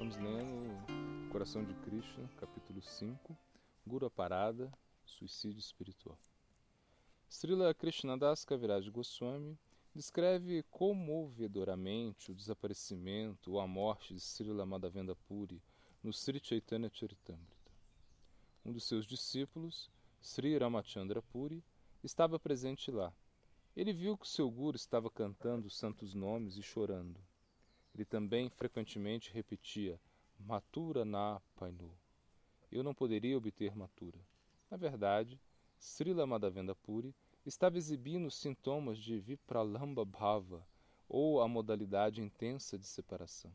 Estamos lendo Coração de Krishna, capítulo 5, Guru Parada, Suicídio Espiritual. Srila Krishnadas Kaviraj Goswami descreve comovedoramente o desaparecimento ou a morte de Srila Madhavendra Puri no Sri Chaitanya Charitamrita. Um dos seus discípulos, Sri Ramachandra Puri, estava presente lá. Ele viu que seu guru estava cantando os santos nomes e chorando. Ele também frequentemente repetia Mathura na Painu. Eu não poderia obter Mathura. Na verdade, Srila Madhavendra Puri estava exibindo sintomas de Vipralambha Bhava, ou a modalidade intensa de separação.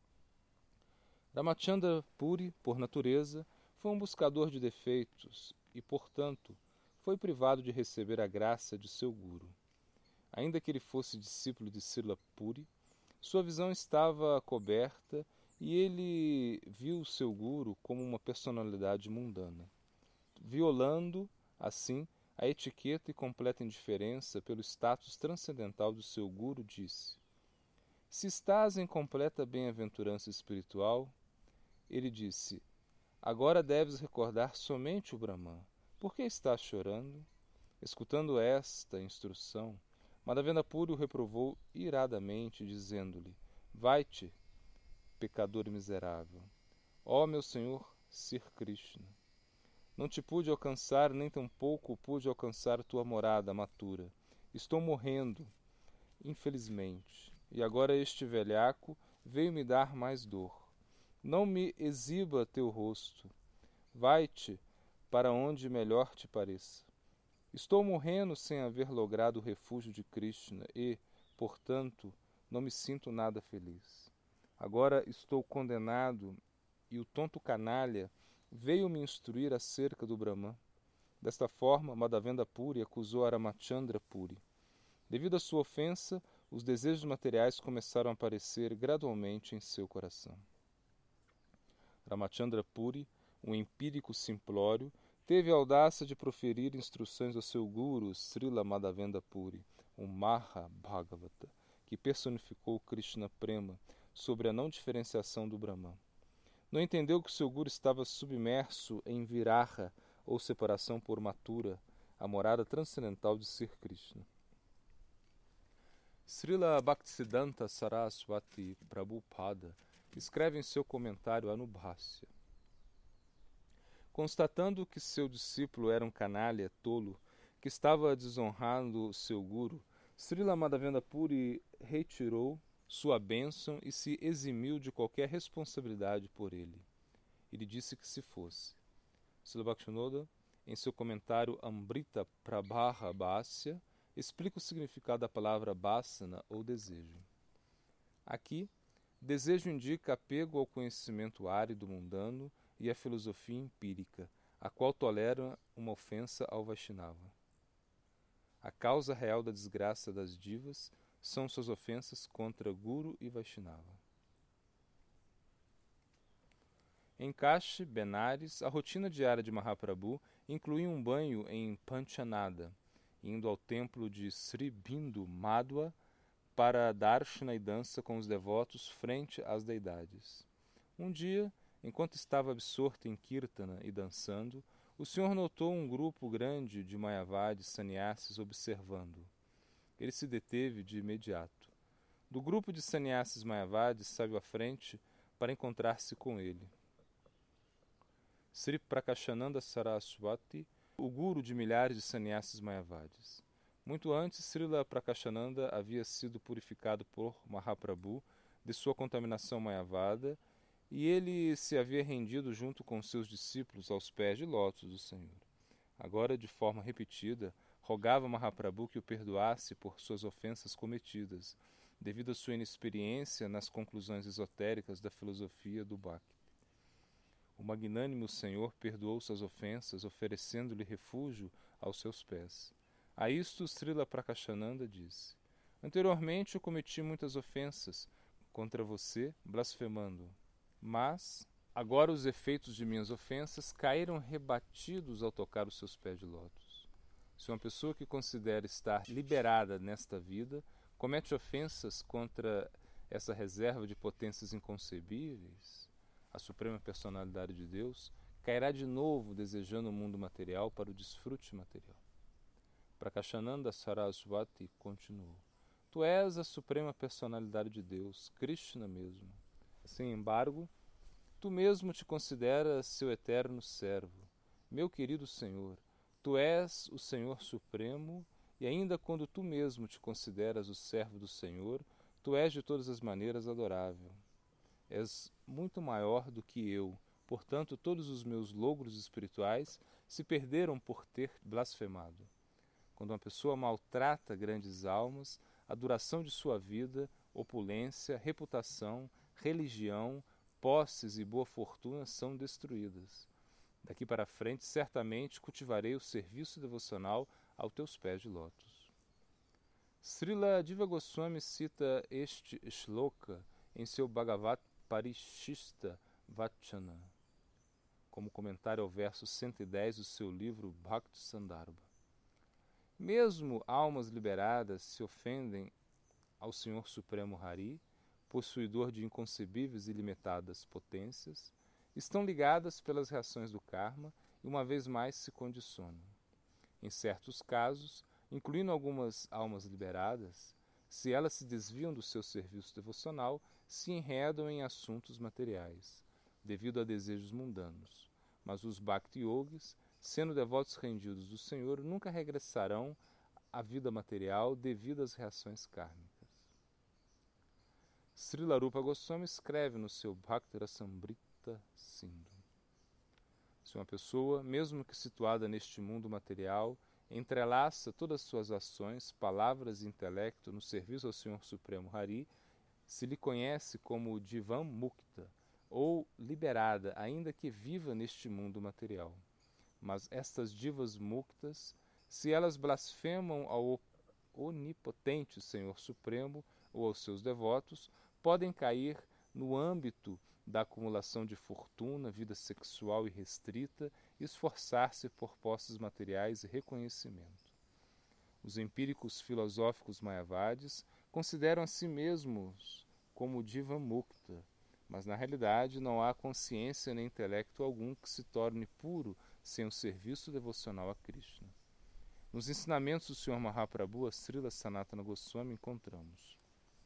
Ramachandra Puri, por natureza, foi um buscador de defeitos e, portanto, foi privado de receber a graça de seu guru. Ainda que ele fosse discípulo de Srila Puri, sua visão estava coberta e ele viu seu guru como uma personalidade mundana. Violando, assim, a etiqueta e completa indiferença pelo status transcendental do seu guru, disse: Se estás em completa bem-aventurança espiritual, ele disse, agora deves recordar somente o Brahman. Por que estás chorando? Escutando esta instrução, Madhavendra Puri o reprovou iradamente, dizendo-lhe, vai-te, pecador miserável. Ó meu Senhor Sri Krishna, não te pude alcançar, nem tampouco pude alcançar tua morada, Mathura. Estou morrendo, infelizmente, e agora este velhaco veio me dar mais dor. Não me exiba teu rosto. Vai-te para onde melhor te pareça. Estou morrendo sem haver logrado o refúgio de Krishna e, portanto, não me sinto nada feliz. Agora estou condenado e o tonto canalha veio me instruir acerca do Brahman. Desta forma, Madhavendra Puri acusou Ramachandra Puri. Devido à sua ofensa, os desejos materiais começaram a aparecer gradualmente em seu coração. Ramachandra Puri, um empírico simplório, teve a audácia de proferir instruções ao seu guru, Srila Madhavendra Puri, um Maha Bhagavata, que personificou Krishna Prema sobre a não diferenciação do Brahman. Não entendeu que seu guru estava submerso em viraha, ou separação por Mathura, a morada transcendental de Sri Krishna. Srila Bhaktisiddhanta Saraswati Prabhupada escreve em seu comentário Anubhasya. Constatando que seu discípulo era um canalha tolo, que estava desonrando seu guru, Srila Madhavendra Puri retirou sua bênção e se eximiu de qualquer responsabilidade por ele. Ele disse que se fosse. Srila Bhaktivinoda, em seu comentário Amrita Prabha Bhasya, explica o significado da palavra vasana ou desejo. Aqui, desejo indica apego ao conhecimento árido mundano e à filosofia empírica, a qual tolera uma ofensa ao Vaishnava. A causa real da desgraça das divas são suas ofensas contra Guru e Vaishnava. Em Kashi, Benares, a rotina diária de Mahaprabhu incluía um banho em Panchanada, indo ao templo de Sri Bindu Madhva para darshana e dança com os devotos frente às deidades. Um dia, enquanto estava absorto em Kirtana e dançando, o senhor notou um grupo grande de Mayavadis sannyasis observando. Ele se deteve de imediato. Do grupo de sannyasis Mayavadis saiu à frente para encontrar-se com ele. Sri Prakashananda Saraswati, o guru de milhares de sannyasis Mayavadis. Muito antes, Srila Prakashananda havia sido purificado por Mahaprabhu de sua contaminação mayavada e ele se havia rendido junto com seus discípulos aos pés de lótus do Senhor. Agora, de forma repetida, rogava Mahaprabhu que o perdoasse por suas ofensas cometidas, devido à sua inexperiência nas conclusões esotéricas da filosofia do Bhakti. O magnânimo Senhor perdoou suas ofensas, oferecendo-lhe refúgio aos seus pés. A isto, Srila Prakashananda disse, anteriormente eu cometi muitas ofensas contra você, blasfemando, mas agora os efeitos de minhas ofensas caíram rebatidos ao tocar os seus pés de lótus. Se uma pessoa que considera estar liberada nesta vida comete ofensas contra essa reserva de potências inconcebíveis, A suprema personalidade de Deus cairá de novo desejando o mundo material para o desfrute material. Prakashananda Saraswati continuou: Tu és a suprema personalidade de Deus, Krishna mesmo. Sem embargo, tu mesmo te consideras seu eterno servo. Meu querido Senhor, tu és o Senhor Supremo, e ainda quando tu mesmo te consideras o servo do Senhor, tu és de todas as maneiras adorável. És muito maior do que eu, portanto todos os meus logros espirituais se perderam por ter blasfemado. Quando uma pessoa maltrata grandes almas, a duração de sua vida, opulência, reputação, religião, posses e boa fortuna são destruídas. Daqui para frente, certamente cultivarei o serviço devocional aos teus pés de lótus. Srila Diva Goswami cita este shloka em seu Bhagavat Parishishta Vachana, como comentário ao verso 110 do seu livro Bhakti Sandarbha. Mesmo almas liberadas se ofendem ao Senhor Supremo Hari, possuidor de inconcebíveis e ilimitadas potências, estão ligadas pelas reações do karma e uma vez mais se condicionam. Em certos casos, incluindo algumas almas liberadas, se elas se desviam do seu serviço devocional, se enredam em assuntos materiais, devido a desejos mundanos. Mas os Bhakti Yogis, sendo devotos rendidos do Senhor, nunca regressarão à vida material devido às reações kármicas. Srila Rupa Goswami escreve no seu Bhakti Rasamrita Sindhu: se uma pessoa, mesmo que situada neste mundo material, entrelaça todas suas ações, palavras e intelecto no serviço ao Senhor Supremo Hari, se lhe conhece como Divam Mukta, ou liberada, ainda que viva neste mundo material. Mas estas divas muktas, se elas blasfemam ao onipotente Senhor Supremo ou aos seus devotos, podem cair no âmbito da acumulação de fortuna, vida sexual irrestrita e esforçar-se por posses materiais e reconhecimento. Os empíricos filosóficos mayavadis consideram a si mesmos como Diva Mukta, mas na realidade não há consciência nem intelecto algum que se torne puro sem o serviço devocional a Krishna. Nos ensinamentos do Sr. Mahaprabhu, a Srila Sanatana Goswami, encontramos: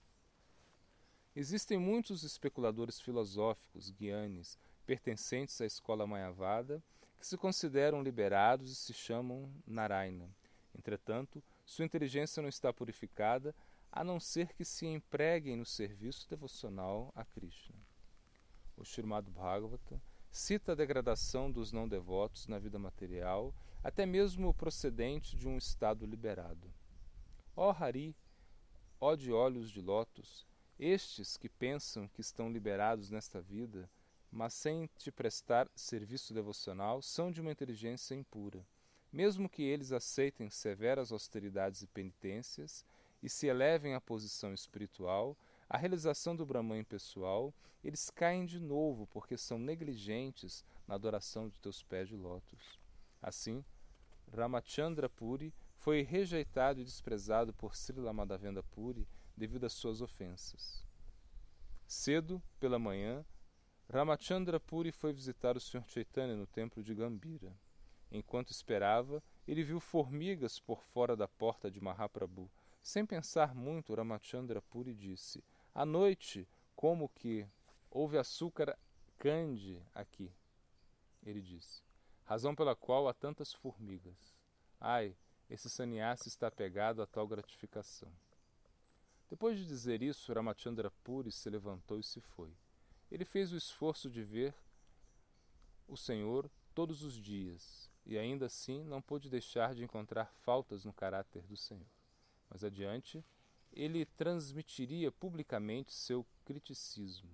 existem muitos especuladores filosóficos, gyanis, pertencentes à escola Mayavada, que se consideram liberados e se chamam Narayana. Entretanto, sua inteligência não está purificada, a não ser que se empreguem no serviço devocional a Krishna. O Srimad Bhagavata cita a degradação dos não-devotos na vida material, até mesmo procedente de um estado liberado. Ó Hari, ó de olhos de lótus, estes que pensam que estão liberados nesta vida, mas sem te prestar serviço devocional, são de uma inteligência impura. Mesmo que eles aceitem severas austeridades e penitências e se elevem à posição espiritual, a realização do Brahman pessoal, eles caem de novo porque são negligentes na adoração de teus pés de lótus. Assim, Ramachandra Puri foi rejeitado e desprezado por Srila Madhavendra Puri devido às suas ofensas. Cedo, pela manhã, Ramachandra Puri foi visitar o Sr. Chaitanya no templo de Gambhira. Enquanto esperava, ele viu formigas por fora da porta de Mahaprabhu. Sem pensar muito, Ramachandra Puri disse: à noite, como que houve açúcar cande aqui? Ele disse: razão pela qual há tantas formigas. Ai, esse sannyasi está apegado a tal gratificação. Depois de dizer isso, Ramachandra Puri se levantou e se foi. Ele fez o esforço de ver o Senhor todos os dias, e ainda assim não pôde deixar de encontrar faltas no caráter do Senhor. Mais adiante, ele transmitiria publicamente seu criticismo.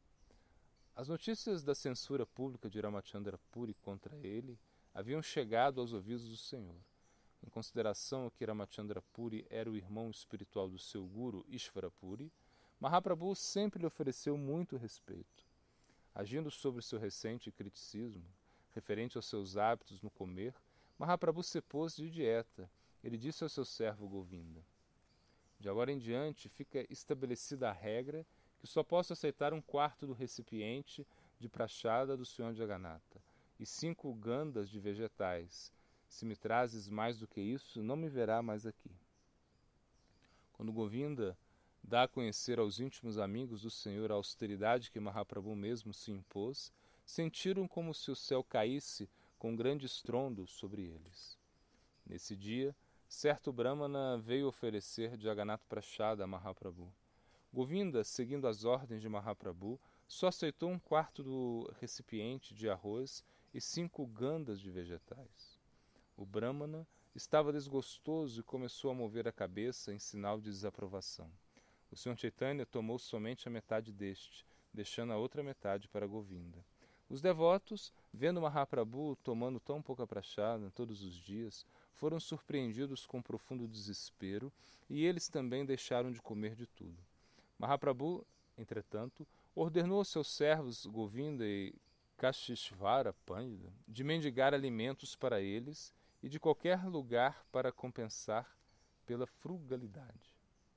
As notícias da censura pública de Ramachandra Puri contra ele haviam chegado aos ouvidos do Senhor. Em consideração a que Ramachandra Puri era o irmão espiritual do seu guru Ishvara Puri, Mahaprabhu sempre lhe ofereceu muito respeito. Agindo sobre seu recente criticismo, referente aos seus hábitos no comer, Mahaprabhu se pôs de dieta. Ele disse ao seu servo Govinda: de agora em diante fica estabelecida a regra que só posso aceitar um quarto do recipiente de prachada do Senhor Jagannatha e 5 gandas de vegetais. Se me trazes mais do que isso, não me verá mais aqui. Quando Govinda dá a conhecer aos íntimos amigos do Senhor a austeridade que Mahaprabhu mesmo se impôs, sentiram como se o céu caísse com grande estrondo sobre eles. Nesse dia, certo Brahmana veio oferecer Jagannatha Prashada a Mahaprabhu. Govinda, seguindo as ordens de Mahaprabhu, só aceitou 1/4 do recipiente de arroz e 5 gandas de vegetais. O Brahmana estava desgostoso e começou a mover a cabeça em sinal de desaprovação. O Sr. Chaitanya tomou somente a metade deste, deixando a outra metade para Govinda. Os devotos, vendo Mahaprabhu tomando tão pouca prachada todos os dias, foram surpreendidos com profundo desespero e eles também deixaram de comer de tudo. Mahaprabhu, entretanto, ordenou aos seus servos Govinda e Kashishvara Pandita de mendigar alimentos para eles e de qualquer lugar para compensar pela frugalidade.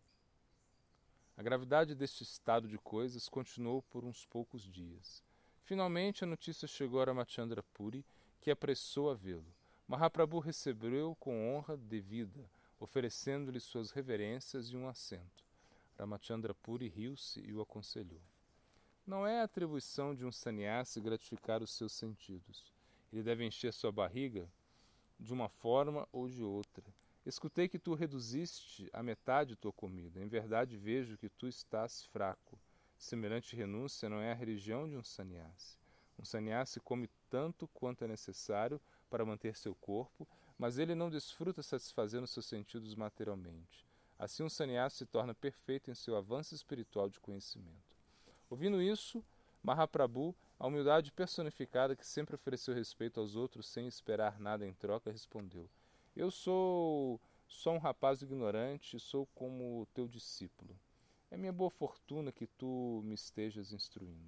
A gravidade deste estado de coisas continuou por uns poucos dias. Finalmente a notícia chegou a Ramachandra Puri, que apressou a vê-lo. Mahaprabhu recebeu com honra devida, oferecendo-lhe suas reverências e um assento. Ramachandra Puri riu-se e o aconselhou. Não é a atribuição de um sannyasi gratificar os seus sentidos. Ele deve encher sua barriga de uma forma ou de outra. Escutei que tu reduziste a metade tua comida. Em verdade vejo que tu estás fraco. Semelhante renúncia não é a religião de um sannyasi. Um sannyasi come tanto quanto é necessário para manter seu corpo, mas ele não desfruta satisfazendo seus sentidos materialmente. Assim um sannyasi se torna perfeito em seu avanço espiritual de conhecimento. Ouvindo isso, Mahaprabhu, a humildade personificada que sempre ofereceu respeito aos outros sem esperar nada em troca, respondeu: Eu sou só um rapaz ignorante e sou como teu discípulo. É minha boa fortuna que tu me estejas instruindo.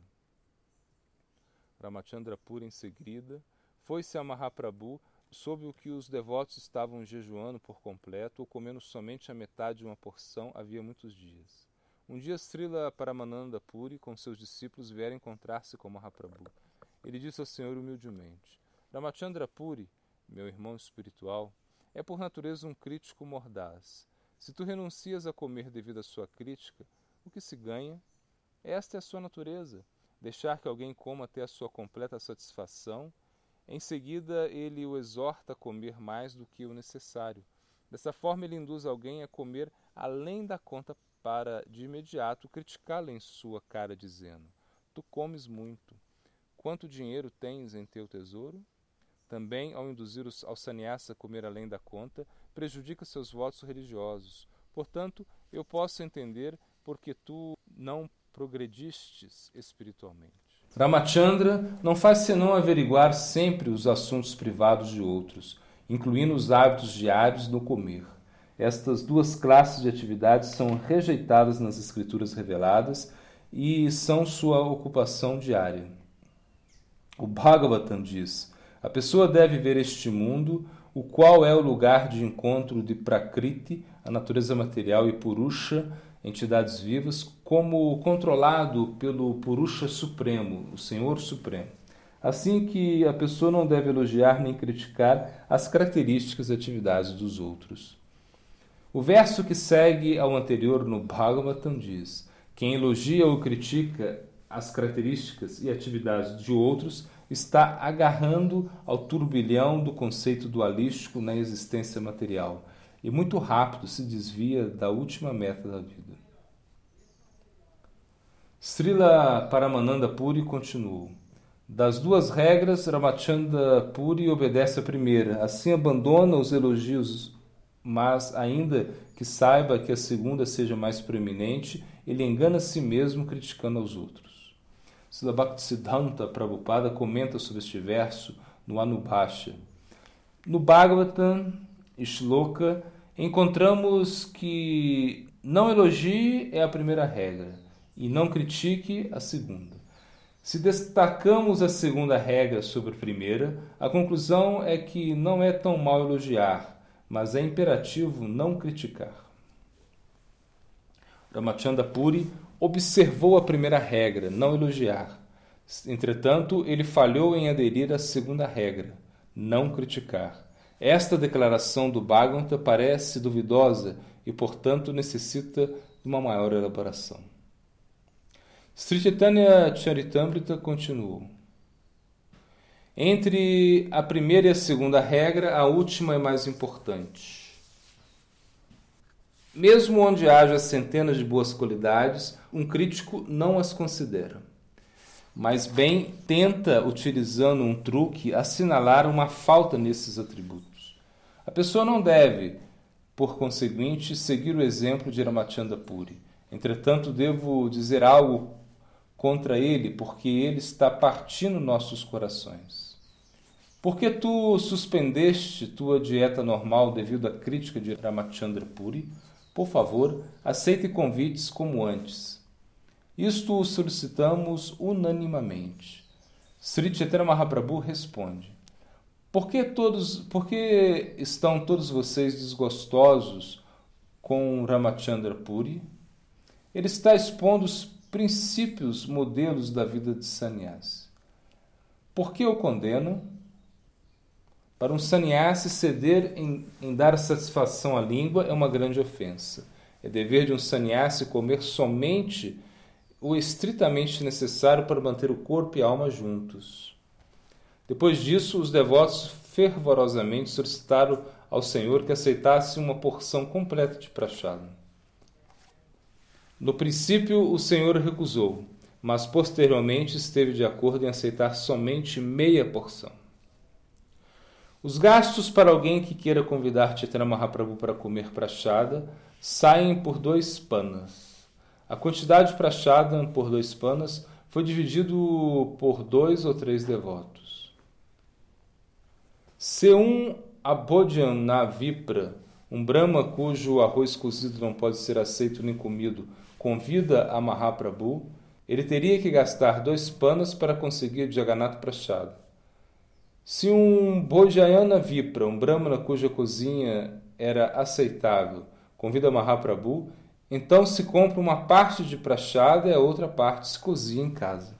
Ramachandra Puri, em seguida, foi-se a Mahaprabhu, soube o que os devotos estavam jejuando por completo ou comendo somente a metade de uma porção havia muitos dias. Um dia Srila Paramananda Puri, com seus discípulos, vieram encontrar-se com Mahaprabhu. Ele disse ao Senhor humildemente: Ramachandra Puri, meu irmão espiritual, é por natureza um crítico mordaz. Se tu renuncias a comer devido à sua crítica, o que se ganha? Esta é a sua natureza. Deixar que alguém coma até a sua completa satisfação. Em seguida, ele o exorta a comer mais do que o necessário. Dessa forma, ele induz alguém a comer além da conta para, de imediato, criticá-lo em sua cara, dizendo: Tu comes muito. Quanto dinheiro tens em teu tesouro? Também, ao induzir ao sannyasa a comer além da conta, prejudica seus votos religiosos. Portanto, eu posso entender porque tu não progredistes espiritualmente. Ramachandra não faz senão averiguar sempre os assuntos privados de outros, incluindo os hábitos diários no comer. Estas duas classes de atividades são rejeitadas nas escrituras reveladas e são sua ocupação diária. O Bhagavatam diz: a pessoa deve ver este mundo, o qual é o lugar de encontro de Prakriti, a natureza material, e Purusha, entidades vivas, como controlado pelo Purusha Supremo, o Senhor Supremo. Assim que a pessoa não deve elogiar nem criticar as características e atividades dos outros. O verso que segue ao anterior no Bhagavatam diz: quem elogia ou critica as características e atividades de outros está agarrando ao turbilhão do conceito dualístico na existência material e muito rápido se desvia da última meta da vida. Srila Paramananda Puri continuou: das duas regras, Ramachandra Puri obedece a primeira, assim abandona os elogios, mas ainda que saiba que a segunda seja mais preeminente, ele engana a si mesmo criticando aos outros. Srila Bhaktisiddhanta Prabhupada comenta sobre este verso no Anubhashya. No Bhagavatam, Shloka, encontramos que não elogie é a primeira regra e não critique a segunda. Se destacamos a segunda regra sobre a primeira, a conclusão é que não é tão mal elogiar, mas é imperativo não criticar. Ramachandra Puri observou a primeira regra, não elogiar. Entretanto, ele falhou em aderir à segunda regra, não criticar. Esta declaração do Bhagavata parece duvidosa e, portanto, necessita de uma maior elaboração. Sri Chaitanya Charitamrita continuou. Entre a primeira e a segunda regra, a última é mais importante. Mesmo onde haja centenas de boas qualidades, um crítico não as considera. Mas bem tenta, utilizando um truque, assinalar uma falta nesses atributos. A pessoa não deve, por conseguinte, seguir o exemplo de Ramachandra Puri. Entretanto, devo dizer algo contra ele, porque ele está partindo nossos corações. Por que tu suspendeste tua dieta normal devido à crítica de Ramachandra Puri? Por favor, aceite convites como antes. Isto o solicitamos unanimamente. Sri Chaitanya Mahaprabhu responde: Por que estão todos vocês desgostosos com Ramachandra Puri? Ele está expondo os princípios, modelos da vida de sannyasi. Por que o condenam? Para um sannyasi ceder em dar satisfação à língua é uma grande ofensa. É dever de um sannyasi comer somente o estritamente necessário para manter o corpo e a alma juntos. Depois disso, os devotos fervorosamente solicitaram ao Senhor que aceitasse uma porção completa de prashadam. No princípio, o Senhor recusou, mas posteriormente esteve de acordo em aceitar somente meia porção. Os gastos para alguém que queira convidar Chaitanya Mahaprabhu para comer prashada saem por 2 panas. A quantidade de prashadam por 2 panas foi dividido por 2 ou 3 devotos. Se um abhodhyana vipra, um brahma cujo arroz cozido não pode ser aceito nem comido, convida a Mahaprabhu, ele teria que gastar 2 panas para conseguir Jagannatha prashada. Se um Bodhyayana Vipra, um brahmana cuja cozinha era aceitável, convida Mahaprabhu, então se compra uma parte de prashada e a outra parte se cozinha em casa.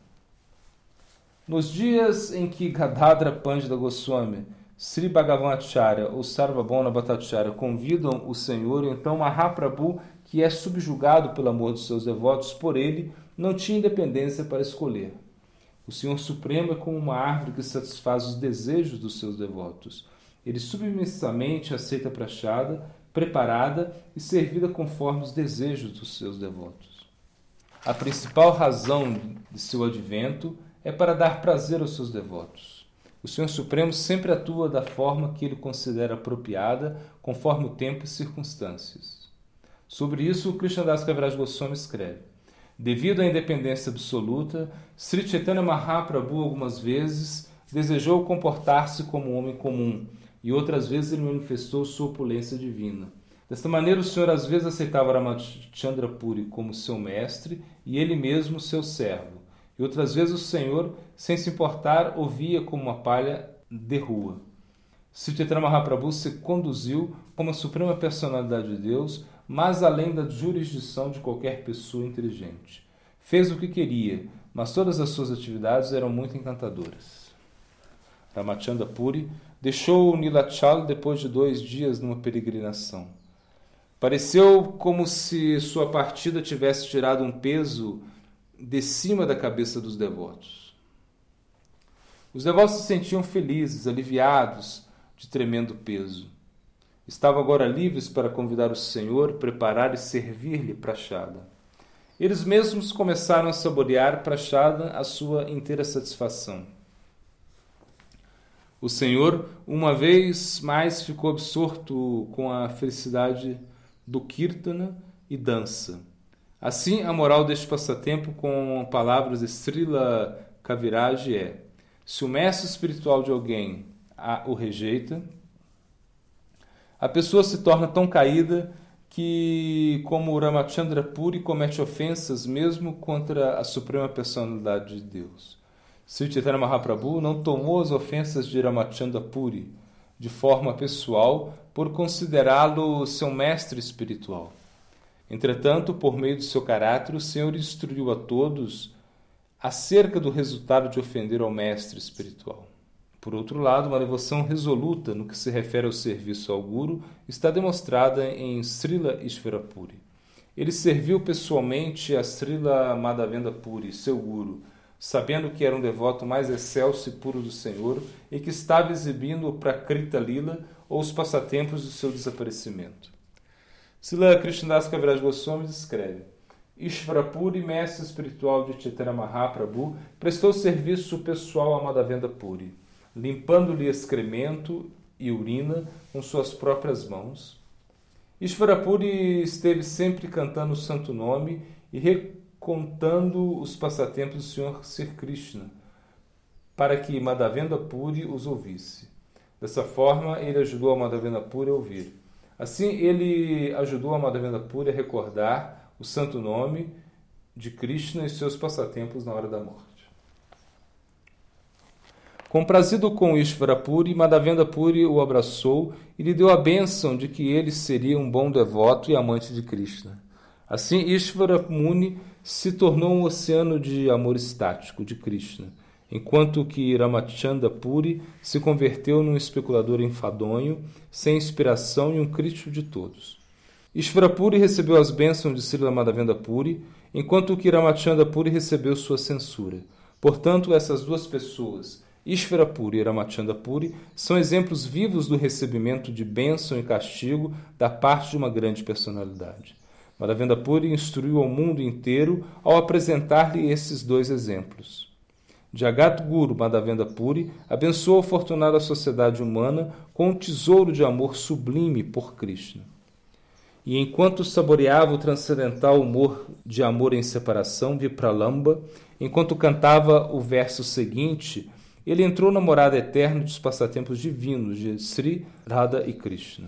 Nos dias em que Gadadhara Pandita Goswami, Sri Bhagavanacharya ou Sarvabhauma Bhattacharya convidam o Senhor, então Mahaprabhu, que é subjugado pelo amor dos seus devotos por ele, não tinha independência para escolher. O Senhor Supremo é como uma árvore que satisfaz os desejos dos seus devotos. Ele submissamente aceita a prashada, preparada e servida conforme os desejos dos seus devotos. A principal razão de seu advento é para dar prazer aos seus devotos. O Senhor Supremo sempre atua da forma que ele considera apropriada, conforme o tempo e circunstâncias. Sobre isso, o Krishnadas Kaviraj Goswami escreve: Devido à independência absoluta, Sri Chaitanya Mahaprabhu algumas vezes desejou comportar-se como um homem comum e outras vezes ele manifestou sua opulência divina. Desta maneira, o Senhor às vezes aceitava Ramachandra Puri como seu mestre e ele mesmo seu servo. E outras vezes o Senhor, sem se importar, o via como uma palha de rua. Sri Chaitanya Mahaprabhu se conduziu como a suprema personalidade de Deus, mas além da jurisdição de qualquer pessoa inteligente. Fez o que queria, mas todas as suas atividades eram muito encantadoras. Ramachandra Puri deixou Nilachal depois de 2 dias numa peregrinação. Pareceu como se sua partida tivesse tirado um peso de cima da cabeça dos devotos. Os devotos se sentiam felizes, aliviados de tremendo peso. Estavam agora livres para convidar o Senhor, preparar e servir-lhe prashada. Eles mesmos começaram a saborear prashada à sua inteira satisfação. O Senhor, uma vez mais, ficou absorto com a felicidade do kirtana e dança. Assim, a moral deste passatempo, com palavras de Srila Kaviraj, é: se o mestre espiritual de alguém o rejeita, a pessoa se torna tão caída que, como Ramachandra Puri, comete ofensas mesmo contra a suprema personalidade de Deus. Sri Chaitanya Mahaprabhu não tomou as ofensas de Ramachandra Puri de forma pessoal por considerá-lo seu mestre espiritual. Entretanto, por meio do seu caráter, o Senhor instruiu a todos acerca do resultado de ofender ao mestre espiritual. Por outro lado, uma devoção resoluta no que se refere ao serviço ao Guru está demonstrada em Srila Ishvarapuri. Ele serviu pessoalmente a Srila Madhavendra Puri, seu Guru, sabendo que era um devoto mais excelso e puro do Senhor e que estava exibindo o Prakrita Lila ou os passatempos do seu desaparecimento. Srila Krishnadas Kaviraj Goswami escreve: Ishvarapuri, mestre espiritual de Chaitanya Mahaprabhu, prestou serviço pessoal a Madhavendra Puri, limpando-lhe excremento e urina com suas próprias mãos. Ishvarapuri esteve sempre cantando o santo nome e recontando os passatempos do Sr. Sri Krishna, para que Madhavendra Puri os ouvisse. Dessa forma, ele ajudou a Madhavendra Puri a ouvir. Assim, ele ajudou a Madhavendra Puri a recordar o santo nome de Krishna e seus passatempos na hora da morte. Comprazido com Ishvarapuri, Madhavendra Puri o abraçou e lhe deu a bênção de que ele seria um bom devoto e amante de Krishna. Assim, Ishvaramuni se tornou um oceano de amor estático de Krishna, enquanto que Ramachandra Puri se converteu num especulador enfadonho, sem inspiração e um crítico de todos. Ishvarapuri recebeu as bênçãos de Srila Madhavendra Puri, enquanto que Ramachandra Puri recebeu sua censura. Portanto, essas duas pessoas, Ishvarapuri e Ramachandra Puri, são exemplos vivos do recebimento de bênção e castigo da parte de uma grande personalidade. Madhavendra Puri instruiu ao mundo inteiro ao apresentar-lhe esses dois exemplos. Jagat Guru Madhavendra Puri abençoou a afortunada sociedade humana com um tesouro de amor sublime por Krishna. E enquanto saboreava o transcendental humor de amor em separação, Vipralamba, enquanto cantava o verso seguinte, ele entrou na morada eterna dos passatempos divinos de Sri Radha e Krishna.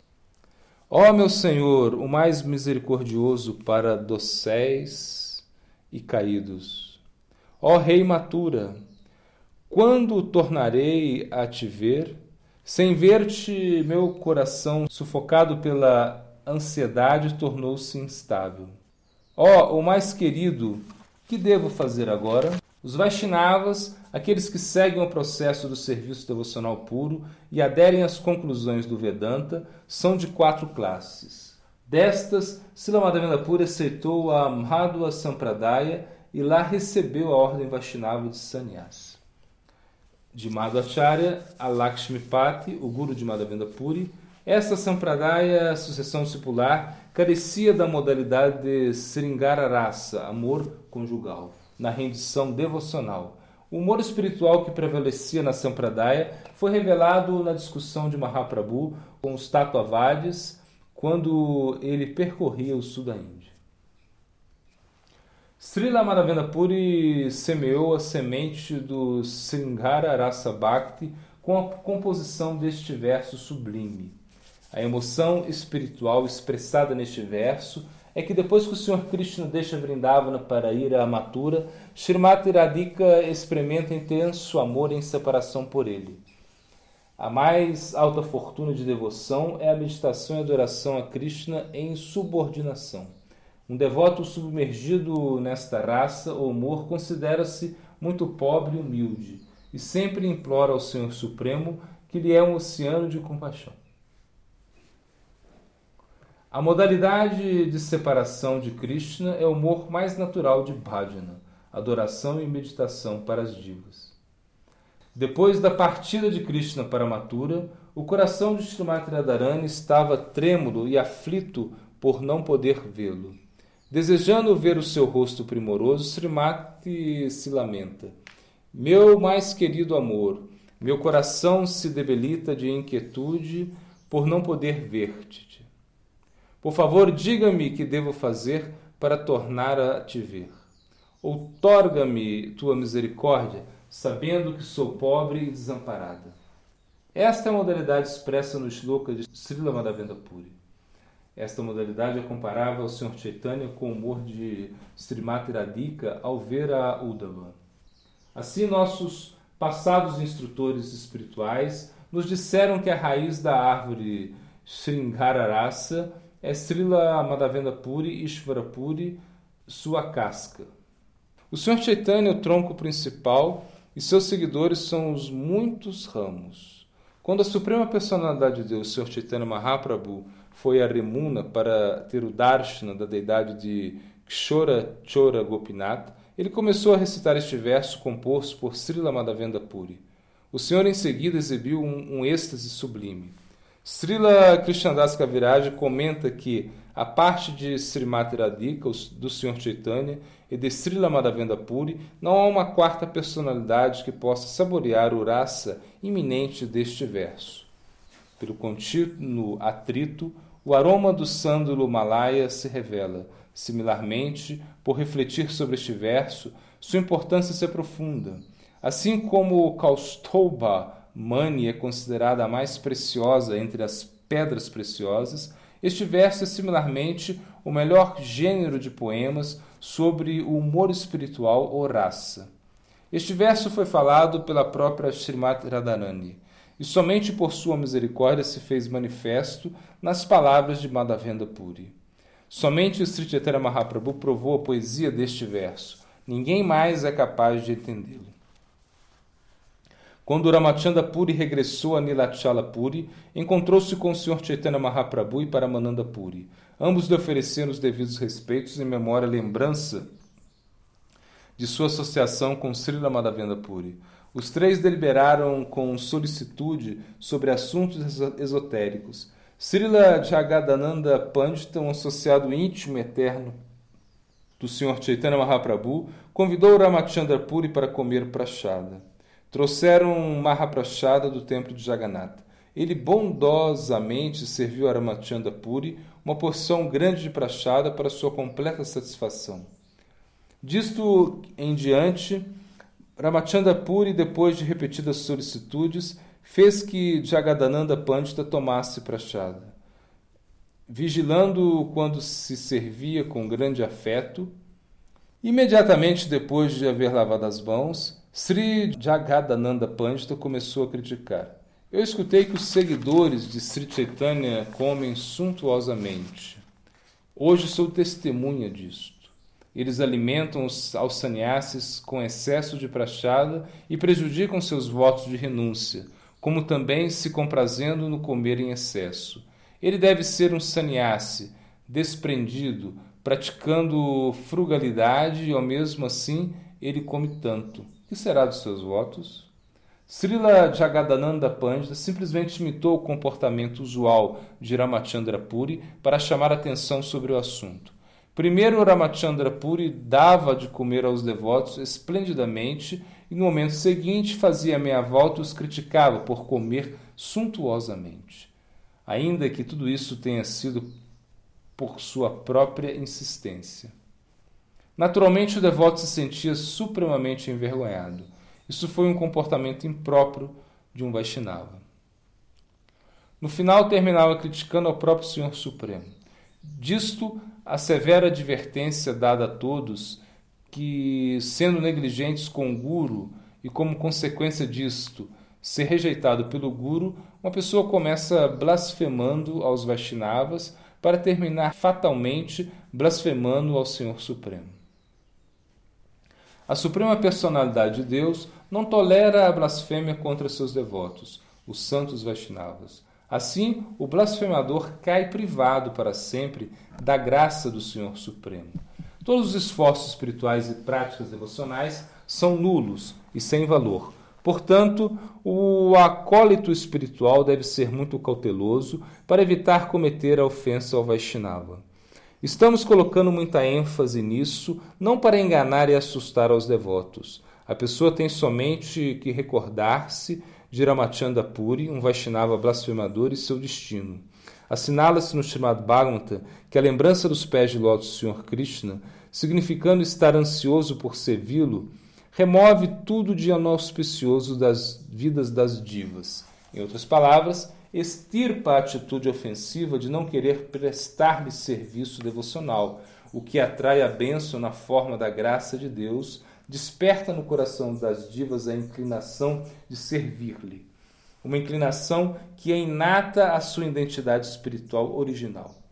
Ó meu Senhor, o mais misericordioso para dosséis e caídos. Ó Rei Mathura, quando tornarei a te ver? Sem ver-te, meu coração, sufocado pela ansiedade, tornou-se instável. Ó, o mais querido, que devo fazer agora? Os Vaishnavas, aqueles que seguem o processo do serviço devocional puro e aderem às conclusões do Vedanta, são de 4 classes. Destas, Srila Madhavendra Puri aceitou a Madhva Sampradaya e lá recebeu a ordem Vaishnava de Sannyas. De Madhvacharya a Lakshmipati, o guru de Madhavendra Puri, essa Sampradaya, a sucessão discipular, carecia da modalidade de Sringara Rasa, amor conjugal, na rendição devocional. O humor espiritual que prevalecia na Sampradaya foi revelado na discussão de Mahaprabhu com os Tattvavadis quando ele percorria o sul da Índia. Srila Madhavendra Puri semeou a semente do Sringara Rasa Bhakti com a composição deste verso sublime. A emoção espiritual expressada neste verso é que depois que o Sr. Krishna deixa Vrindavana para ir a Mathura, Srimati Radhika experimenta intenso amor em separação por ele. A mais alta fortuna de devoção é a meditação e adoração a Krishna em subordinação. Um devoto submergido nesta raça ou humor considera-se muito pobre e humilde e sempre implora ao Senhor Supremo que lhe é um oceano de compaixão. A modalidade de separação de Krishna é o humor mais natural de bhajana, adoração e meditação para as divas. Depois da partida de Krishna para Mathura, o coração de Srimati Radharani estava trêmulo e aflito por não poder vê-lo. Desejando ver o seu rosto primoroso, Srimati se lamenta. Meu mais querido amor, meu coração se debilita de inquietude por não poder ver-te. Por favor, diga-me que devo fazer para tornar a te ver. Outorga-me tua misericórdia, sabendo que sou pobre e desamparada. Esta é a modalidade expressa no shloka de Srila Madhavendra Puri. Esta modalidade é comparável ao Sr. Chaitanya com o humor de Srimati Radhika ao ver a Uddhava. Assim, nossos passados instrutores espirituais nos disseram que a raiz da árvore Sringara Rasa é Srila Madhavendra Puri Ishvarapuri, sua casca. O Sr. Chaitanya é o tronco principal e seus seguidores são os muitos ramos. Quando a Suprema Personalidade de Deus, Sr. Chaitanya Mahaprabhu, foi a Remuna para ter o darshana da deidade de Kshora Chora Gopinath, ele começou a recitar este verso composto por Srila Madhavendra Puri. O Senhor em seguida exibiu um êxtase sublime. Srila Krishnadas Kaviraj comenta que, a parte de Srimati Radhika, do Sr. Chaitanya, e de Srila Madhavendra Puri, não há uma quarta personalidade que possa saborear o rasa iminente deste verso. Pelo contínuo atrito, o aroma do sândalo Malaya se revela. Similarmente, por refletir sobre este verso, sua importância se aprofunda. Assim como o Kaustubha Mani é considerada a mais preciosa entre as pedras preciosas, este verso é similarmente o melhor gênero de poemas sobre o humor espiritual ou rasa. Este verso foi falado pela própria Srimati Radharani, e somente por sua misericórdia se fez manifesto nas palavras de Madhavendra Puri. Somente o Sri Chaitanya Mahaprabhu provou a poesia deste verso. Ninguém mais é capaz de entendê-lo. Quando Ramachandra Puri regressou a Nilachala Puri, encontrou-se com o Sr. Chaitanya Mahaprabhu e Paramananda Puri. Ambos lhe ofereceram os devidos respeitos em memória e lembrança de sua associação com Srila Madhavendra Puri. Os três deliberaram com solicitude sobre assuntos esotéricos. Srila Jagadananda Pandita, um associado íntimo e eterno do Sr. Chaitanya Mahaprabhu, convidou Ramachandra Puri para comer prashada. Trouxeram Mahaprashada do templo de Jagannatha. Ele bondosamente serviu a Ramachandra Puri uma porção grande de prashada para sua completa satisfação. Disto em diante, Ramachandra Puri, depois de repetidas solicitudes, fez que Jagadananda Pandita tomasse prashada. Vigilando quando se servia com grande afeto, imediatamente depois de haver lavado as mãos, Sri Jagadananda Pandita começou a criticar. Eu escutei que os seguidores de Sri Chaitanya comem suntuosamente. Hoje sou testemunha disto. Eles alimentam aos sannyasis com excesso de prashada e prejudicam seus votos de renúncia, como também se comprazendo no comer em excesso. Ele deve ser um sannyasi, desprendido, praticando frugalidade e, ao mesmo assim, ele come tanto. O que será dos seus votos? Srila Jagadananda Pandita simplesmente imitou o comportamento usual de Ramachandra Puri para chamar atenção sobre o assunto. Primeiro, Ramachandra Puri dava de comer aos devotos esplendidamente e, no momento seguinte, fazia meia volta e os criticava por comer suntuosamente. Ainda que tudo isso tenha sido por sua própria insistência. Naturalmente, o devoto se sentia supremamente envergonhado. Isso foi um comportamento impróprio de um Vaishnava. No final, terminava criticando ao próprio Senhor Supremo. Disto, a severa advertência dada a todos que, sendo negligentes com o Guru e como consequência disto, ser rejeitado pelo Guru, uma pessoa começa blasfemando aos Vaishnavas para terminar fatalmente blasfemando ao Senhor Supremo. A Suprema Personalidade de Deus não tolera a blasfêmia contra seus devotos, os santos Vaishnavas. Assim, o blasfemador cai privado para sempre da graça do Senhor Supremo. Todos os esforços espirituais e práticas devocionais são nulos e sem valor. Portanto, o acólito espiritual deve ser muito cauteloso para evitar cometer a ofensa ao Vaishnava. Estamos colocando muita ênfase nisso, não para enganar e assustar aos devotos. A pessoa tem somente que recordar-se de Ramachandra Puri, um Vaishnava blasfemador, e seu destino. Assinala-se no Srimad Bhagavatam que a lembrança dos pés de lótus do Sr. Krishna, significando estar ansioso por servi-lo, remove tudo de inauspicioso das vidas das divas. Em outras palavras, extirpa a atitude ofensiva de não querer prestar-lhe serviço devocional, o que atrai a bênção na forma da graça de Deus, desperta no coração das divas a inclinação de servir-lhe, uma inclinação que é inata à sua identidade espiritual original.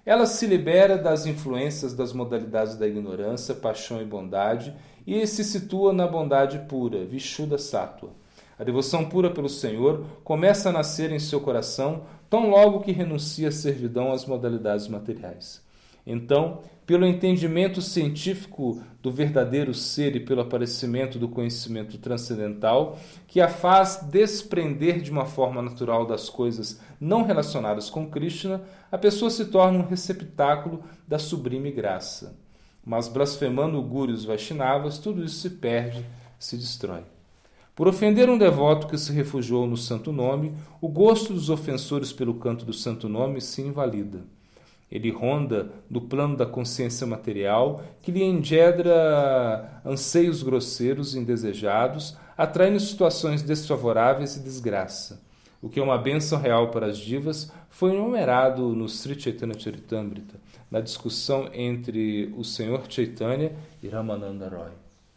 ela se libera das influências das modalidades da ignorância, paixão e bondade e se situa na bondade pura, Vishuddha Sattva. A devoção pura pelo Senhor começa a nascer em seu coração tão logo que renuncia à servidão às modalidades materiais. Então, pelo entendimento científico do verdadeiro ser e pelo aparecimento do conhecimento transcendental, que a faz desprender de uma forma natural das coisas não relacionadas com Krishna, a pessoa se torna um receptáculo da sublime graça. Mas blasfemando o Guru e os Vaishnavas, tudo isso se perde, se destrói. Por ofender um devoto que se refugiou no santo nome, o gosto dos ofensores pelo canto do santo nome se invalida. Ele ronda no plano da consciência material, que lhe engendra anseios grosseiros e indesejados, atraindo situações desfavoráveis e desgraça. O que é uma bênção real para as divas foi enumerado no Sri Chaitanya Charitamrita, na discussão entre o Senhor Chaitanya e Ramananda Roy.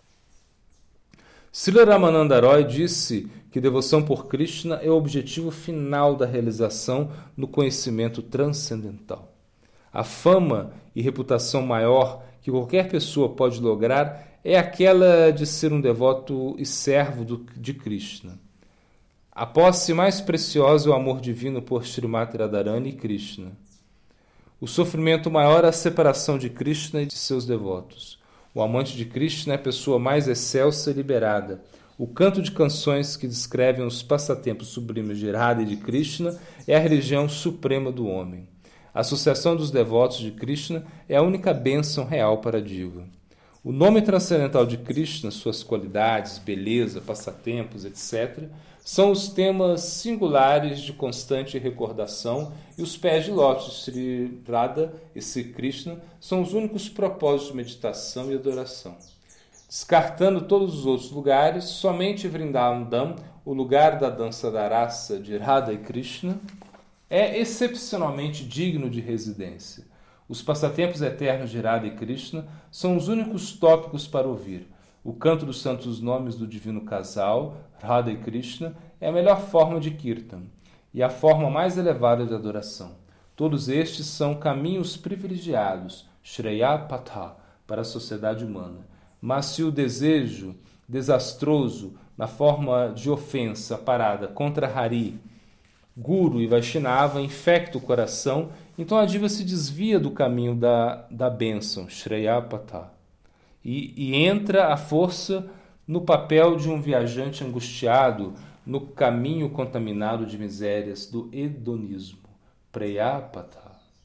Srila Ramananda Roy disse que devoção por Krishna é o objetivo final da realização no conhecimento transcendental. A fama e reputação maior que qualquer pessoa pode lograr é aquela de ser um devoto e servo de Krishna. A posse mais preciosa é o amor divino por Srimati Radharani e Krishna. O sofrimento maior é a separação de Krishna e de seus devotos. O amante de Krishna é a pessoa mais excelsa e liberada. O canto de canções que descrevem os passatempos sublimes de Radha e de Krishna é a religião suprema do homem. A associação dos devotos de Krishna é a única bênção real para a diva. O nome transcendental de Krishna, suas qualidades, beleza, passatempos, etc., são os temas singulares de constante recordação e os pés de lótus de Sri Radha e Sri Krishna são os únicos propósitos de meditação e adoração. Descartando todos os outros lugares, somente Vrindavan, o lugar da dança da raça de Radha e Krishna, é excepcionalmente digno de residência. Os passatempos eternos de Radha e Krishna são os únicos tópicos para ouvir. O canto dos santos nomes do divino casal, Radha e Krishna, é a melhor forma de kirtan e a forma mais elevada de adoração. Todos estes são caminhos privilegiados, Shreya Patha, para a sociedade humana. Mas se o desejo desastroso, na forma de ofensa parada contra Hari, Guru e Vaishnava infecta o coração, então a diva se desvia do caminho da bênção, Shreya Patha, e entra à força no papel de um viajante angustiado no caminho contaminado de misérias do hedonismo, Preya Patha.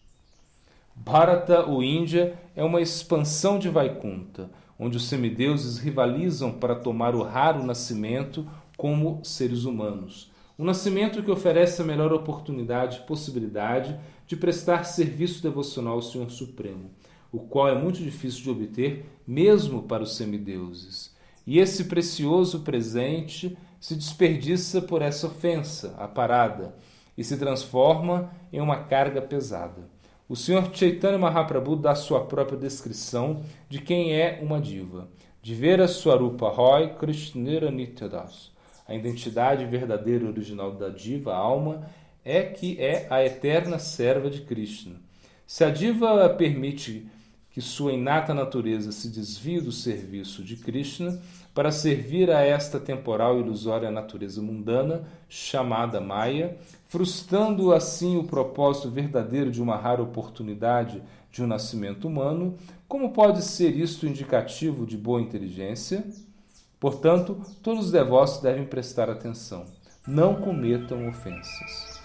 Bharata, ou Índia, é uma expansão de Vaikunta, onde os semideuses rivalizam para tomar o raro nascimento como seres humanos. Um nascimento que oferece a melhor oportunidade e possibilidade de prestar serviço devocional ao Senhor Supremo, o qual é muito difícil de obter, mesmo para os semideuses. E esse precioso presente se desperdiça por essa ofensa, a parada, e se transforma em uma carga pesada. O Senhor Chaitanya Mahaprabhu dá sua própria descrição de quem é uma diva. Divera Swarupa Roy Krishnera Nityadas. A identidade verdadeira e original da diva, a alma, é que é a eterna serva de Krishna. Se a diva permite que sua inata natureza se desvie do serviço de Krishna para servir a esta temporal e ilusória natureza mundana, chamada Maya, frustrando assim o propósito verdadeiro de uma rara oportunidade de um nascimento humano, como pode ser isto indicativo de boa inteligência? Portanto, todos os devotos devem prestar atenção. Não cometam ofensas.